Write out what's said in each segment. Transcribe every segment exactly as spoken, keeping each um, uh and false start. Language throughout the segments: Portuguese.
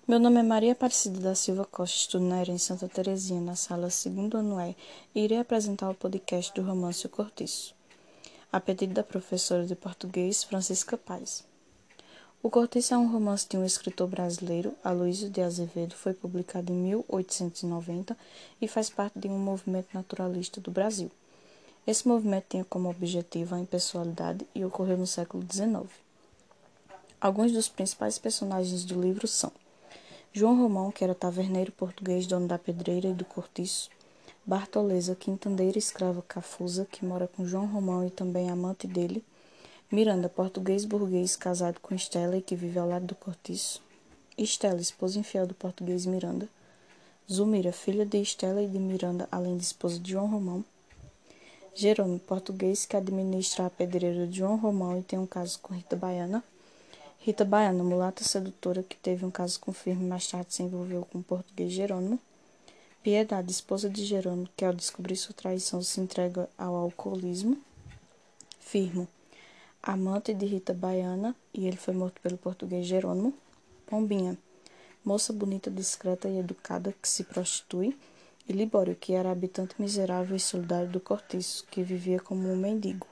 Meu nome é Maria Aparecida da Silva Costa, estudo na ERA em Santa Terezinha, na sala segundo ano E, e irei apresentar o podcast do romance O Cortiço, a pedido da professora de português Francisca Paes. O Cortiço é um romance de um escritor brasileiro, Aloysio de Azevedo, foi publicado em mil oitocentos e noventa e faz parte de um movimento naturalista do Brasil. Esse movimento tinha como objetivo a impessoalidade e ocorreu no século dezenove. Alguns dos principais personagens do livro são João Romão, que era taverneiro português, dono da pedreira e do cortiço. Bartoleza, quintandeira escrava cafusa, que mora com João Romão e também amante dele. Miranda, português burguês, casado com Estela e que vive ao lado do cortiço. Estela, esposa infiel do português Miranda. Zulmira, filha de Estela e de Miranda, além de esposa de João Romão. Jerônimo, português, que administra a pedreira de João Romão e tem um caso com Rita Baiana. Rita Baiana, mulata sedutora que teve um caso com Firmo e mais tarde se envolveu com o português Jerônimo. Piedade, esposa de Jerônimo, que ao descobrir sua traição se entrega ao alcoolismo. Firmo, amante de Rita Baiana, e ele foi morto pelo português Jerônimo. Pombinha, moça bonita, discreta e educada que se prostitui. E Libório, que era habitante miserável e solidário do cortiço, que vivia como um mendigo.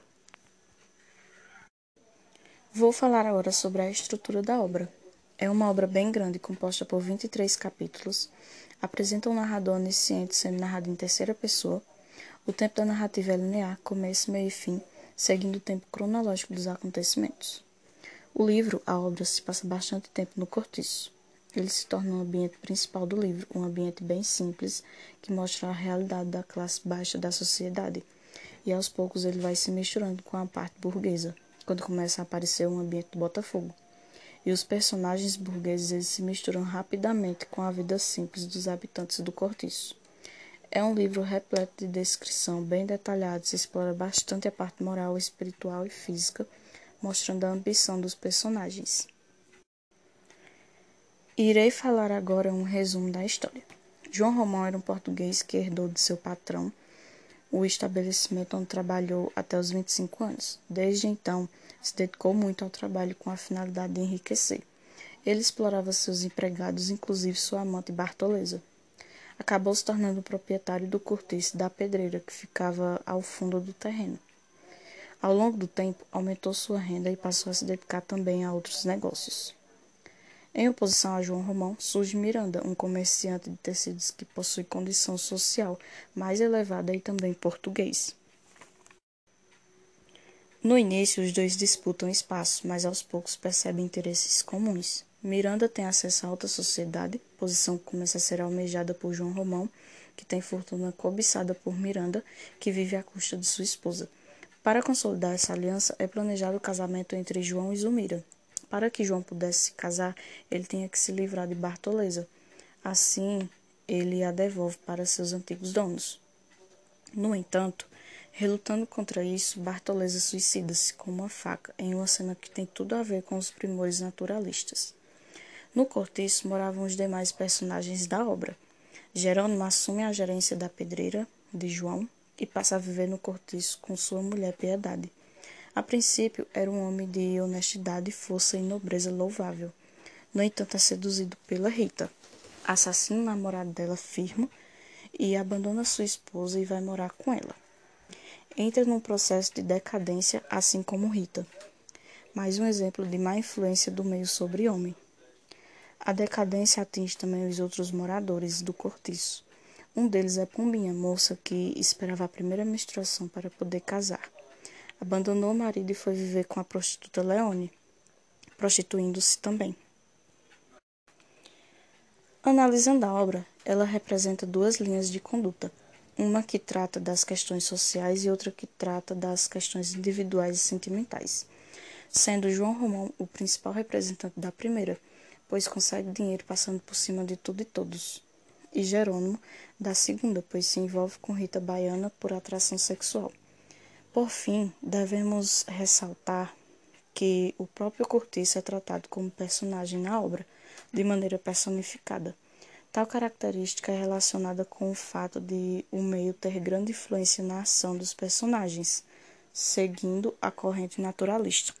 Vou falar agora sobre a estrutura da obra. É uma obra bem grande, composta por vinte e três capítulos. Apresenta um narrador onisciente, sendo narrado em terceira pessoa. O tempo da narrativa é linear, começo, meio e fim, seguindo o tempo cronológico dos acontecimentos. O livro, a obra, se passa bastante tempo no cortiço. Ele se torna o ambiente principal do livro, um ambiente bem simples, que mostra a realidade da classe baixa da sociedade. E aos poucos ele vai se misturando com a parte burguesa, quando começa a aparecer um ambiente do Botafogo. E os personagens burgueses eles se misturam rapidamente com a vida simples dos habitantes do cortiço. É um livro repleto de descrição bem detalhada, se explora bastante a parte moral, espiritual e física, mostrando a ambição dos personagens. Irei falar agora um resumo da história. João Romão era um português que herdou de seu patrão o estabelecimento onde trabalhou até os vinte e cinco anos. Desde então, se dedicou muito ao trabalho com a finalidade de enriquecer. Ele explorava seus empregados, inclusive sua amante Bartoleza. Acabou se tornando proprietário do cortiço da pedreira, que ficava ao fundo do terreno. Ao longo do tempo, aumentou sua renda e passou a se dedicar também a outros negócios. Em oposição a João Romão, surge Miranda, um comerciante de tecidos que possui condição social mais elevada e também português. No início, os dois disputam espaço, mas aos poucos percebem interesses comuns. Miranda tem acesso à alta sociedade, posição que começa a ser almejada por João Romão, que tem fortuna cobiçada por Miranda, que vive à custa de sua esposa. Para consolidar essa aliança, é planejado o casamento entre João e Zulmira. Para que João pudesse se casar, ele tinha que se livrar de Bartoleza. Assim, ele a devolve para seus antigos donos. No entanto, relutando contra isso, Bartoleza suicida-se com uma faca em uma cena que tem tudo a ver com os primores naturalistas. No cortiço moravam os demais personagens da obra. Jerônimo assume a gerência da pedreira de João e passa a viver no cortiço com sua mulher Piedade. A princípio, era um homem de honestidade, força e nobreza louvável. No entanto, é seduzido pela Rita, assassina o namorado dela, Firmo, e abandona sua esposa e vai morar com ela. Entra num processo de decadência, assim como Rita. Mais um exemplo de má influência do meio sobre o homem. A decadência atinge também os outros moradores do cortiço. Um deles é Pombinha, moça que esperava a primeira menstruação para poder casar. Abandonou o marido e foi viver com a prostituta Leone, prostituindo-se também. Analisando a obra, ela representa duas linhas de conduta, uma que trata das questões sociais e outra que trata das questões individuais e sentimentais, sendo João Romão o principal representante da primeira, pois consegue dinheiro passando por cima de tudo e todos, e Jerônimo da segunda, pois se envolve com Rita Baiana por atração sexual. Por fim, devemos ressaltar que o próprio cortiço é tratado como personagem na obra, de maneira personificada. Tal característica é relacionada com o fato de o meio ter grande influência na ação dos personagens, seguindo a corrente naturalista.